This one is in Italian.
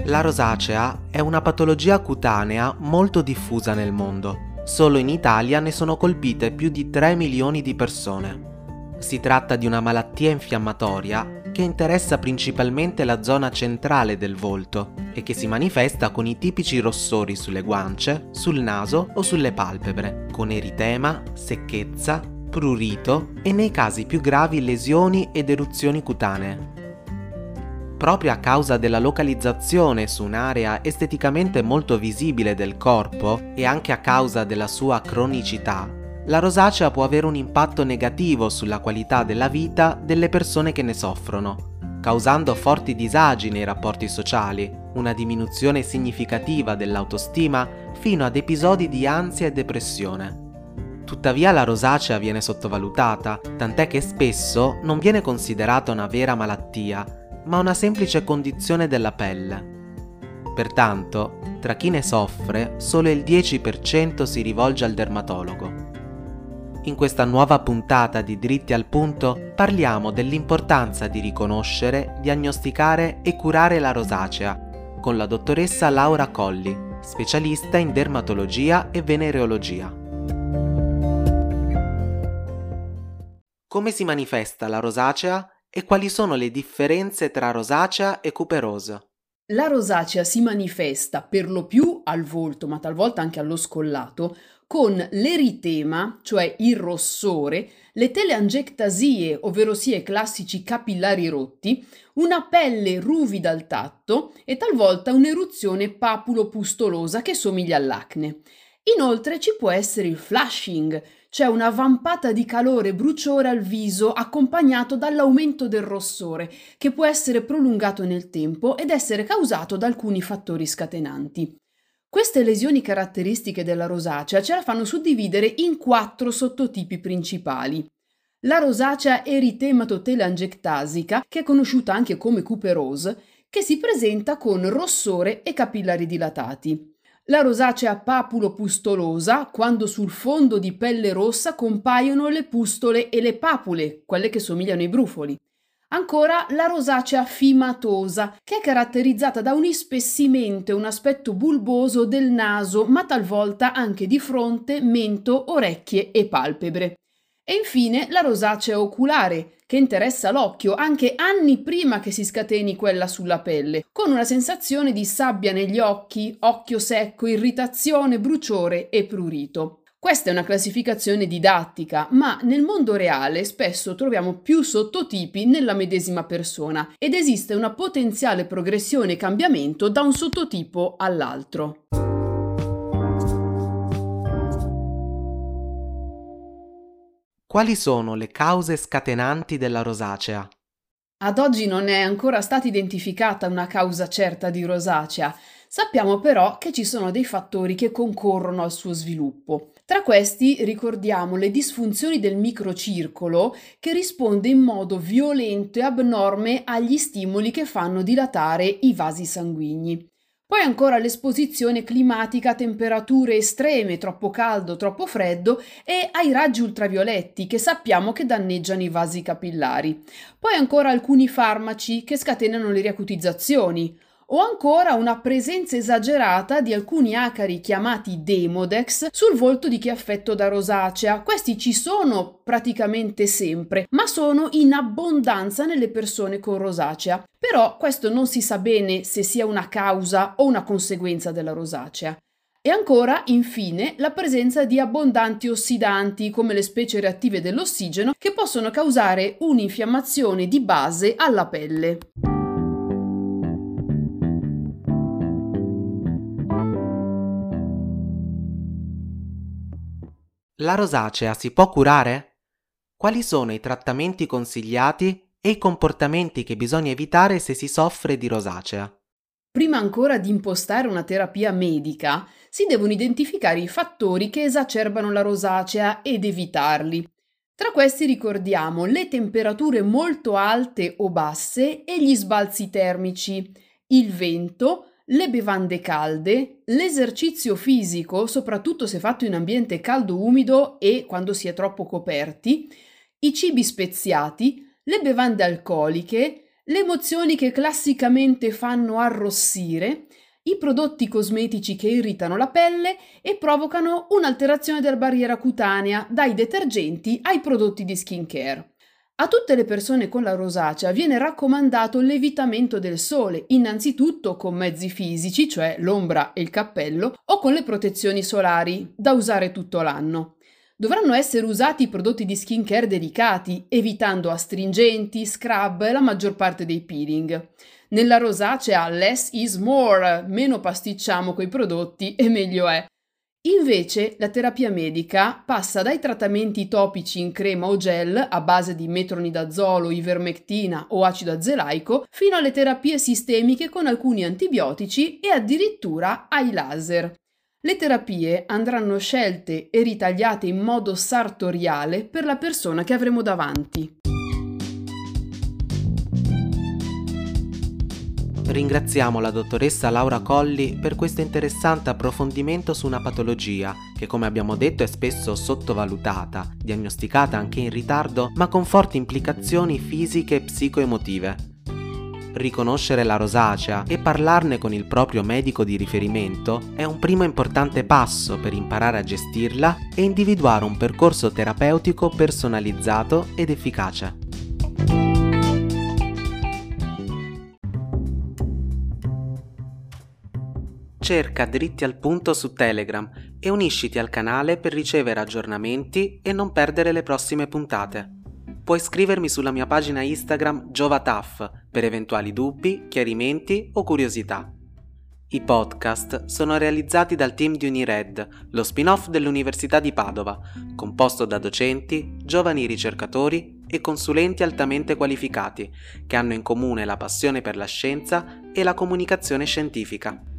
La rosacea è una patologia cutanea molto diffusa nel mondo. Solo in Italia ne sono colpite più di 3 milioni di persone. Si tratta di una malattia infiammatoria che interessa principalmente la zona centrale del volto e che si manifesta con i tipici rossori sulle guance, sul naso o sulle palpebre, con eritema, secchezza, prurito e nei casi più gravi lesioni ed eruzioni cutanee. Proprio a causa della localizzazione su un'area esteticamente molto visibile del corpo e anche a causa della sua cronicità, la rosacea può avere un impatto negativo sulla qualità della vita delle persone che ne soffrono, causando forti disagi nei rapporti sociali, una diminuzione significativa dell'autostima fino ad episodi di ansia e depressione. Tuttavia la rosacea viene sottovalutata, tant'è che spesso non viene considerata una vera malattia, ma una semplice condizione della pelle. Pertanto, tra chi ne soffre, solo il 10% si rivolge al dermatologo. In questa nuova puntata di Dritti al Punto parliamo dell'importanza di riconoscere, diagnosticare e curare la rosacea con la dottoressa Laura Colli, specialista in dermatologia e venereologia. Come si manifesta la rosacea e quali sono le differenze tra rosacea e cuperosa? La rosacea si manifesta per lo più al volto, ma talvolta anche allo scollato, con l'eritema, cioè il rossore, le teleangiectasie, ovvero sia i classici capillari rotti, una pelle ruvida al tatto e talvolta un'eruzione papulo-pustolosa che somiglia all'acne. Inoltre ci può essere il flushing, cioè una vampata di calore e bruciore al viso accompagnato dall'aumento del rossore, che può essere prolungato nel tempo ed essere causato da alcuni fattori scatenanti. Queste lesioni caratteristiche della rosacea ce la fanno suddividere in 4 sottotipi principali. La rosacea eritematotelangiectasica, che è conosciuta anche come cuperose, che si presenta con rossore e capillari dilatati. La rosacea papulo-pustolosa, quando sul fondo di pelle rossa compaiono le pustole e le papule, quelle che somigliano ai brufoli. Ancora la rosacea fimatosa, che è caratterizzata da un ispessimento e un aspetto bulboso del naso, ma talvolta anche di fronte, mento, orecchie e palpebre. E infine la rosacea oculare, che interessa l'occhio anche anni prima che si scateni quella sulla pelle, con una sensazione di sabbia negli occhi, occhio secco, irritazione, bruciore e prurito. Questa è una classificazione didattica, ma nel mondo reale spesso troviamo più sottotipi nella medesima persona ed esiste una potenziale progressione e cambiamento da un sottotipo all'altro. Quali sono le cause scatenanti della rosacea? Ad oggi non è ancora stata identificata una causa certa di rosacea. Sappiamo però che ci sono dei fattori che concorrono al suo sviluppo. Tra questi ricordiamo le disfunzioni del microcircolo che risponde in modo violento e abnorme agli stimoli che fanno dilatare i vasi sanguigni. Poi ancora l'esposizione climatica a temperature estreme, troppo caldo, troppo freddo e ai raggi ultravioletti che sappiamo che danneggiano i vasi capillari. Poi ancora alcuni farmaci che scatenano le riacutizzazioni. O ancora una presenza esagerata di alcuni acari chiamati Demodex sul volto di chi è affetto da rosacea. Questi ci sono praticamente sempre, ma sono in abbondanza nelle persone con rosacea. Però questo non si sa bene se sia una causa o una conseguenza della rosacea. E ancora, infine, la presenza di abbondanti ossidanti, come le specie reattive dell'ossigeno, che possono causare un'infiammazione di base alla pelle. La rosacea si può curare? Quali sono i trattamenti consigliati e i comportamenti che bisogna evitare se si soffre di rosacea? Prima ancora di impostare una terapia medica, si devono identificare i fattori che esacerbano la rosacea ed evitarli. Tra questi ricordiamo le temperature molto alte o basse e gli sbalzi termici, il vento, le bevande calde, l'esercizio fisico, soprattutto se fatto in ambiente caldo-umido e quando si è troppo coperti, i cibi speziati, le bevande alcoliche, le emozioni che classicamente fanno arrossire, i prodotti cosmetici che irritano la pelle e provocano un'alterazione della barriera cutanea, dai detergenti ai prodotti di skincare. A tutte le persone con la rosacea viene raccomandato l'evitamento del sole, innanzitutto con mezzi fisici, cioè l'ombra e il cappello, o con le protezioni solari, da usare tutto l'anno. Dovranno essere usati prodotti di skincare delicati, evitando astringenti, scrub e la maggior parte dei peeling. Nella rosacea less is more, meno pasticciamo coi prodotti e meglio è. Invece, la terapia medica passa dai trattamenti topici in crema o gel a base di metronidazolo, ivermectina o acido azelaico, fino alle terapie sistemiche con alcuni antibiotici e addirittura ai laser. Le terapie andranno scelte e ritagliate in modo sartoriale per la persona che avremo davanti. Ringraziamo la dottoressa Laura Colli per questo interessante approfondimento su una patologia che, come abbiamo detto, è spesso sottovalutata, diagnosticata anche in ritardo, ma con forti implicazioni fisiche e psicoemotive. Riconoscere la rosacea e parlarne con il proprio medico di riferimento è un primo importante passo per imparare a gestirla e individuare un percorso terapeutico personalizzato ed efficace. Cerca Dritti al Punto su Telegram e unisciti al canale per ricevere aggiornamenti e non perdere le prossime puntate. Puoi scrivermi sulla mia pagina Instagram Giovataff per eventuali dubbi, chiarimenti o curiosità. I podcast sono realizzati dal team di Unired, lo spin-off dell'Università di Padova, composto da docenti, giovani ricercatori e consulenti altamente qualificati, che hanno in comune la passione per la scienza e la comunicazione scientifica.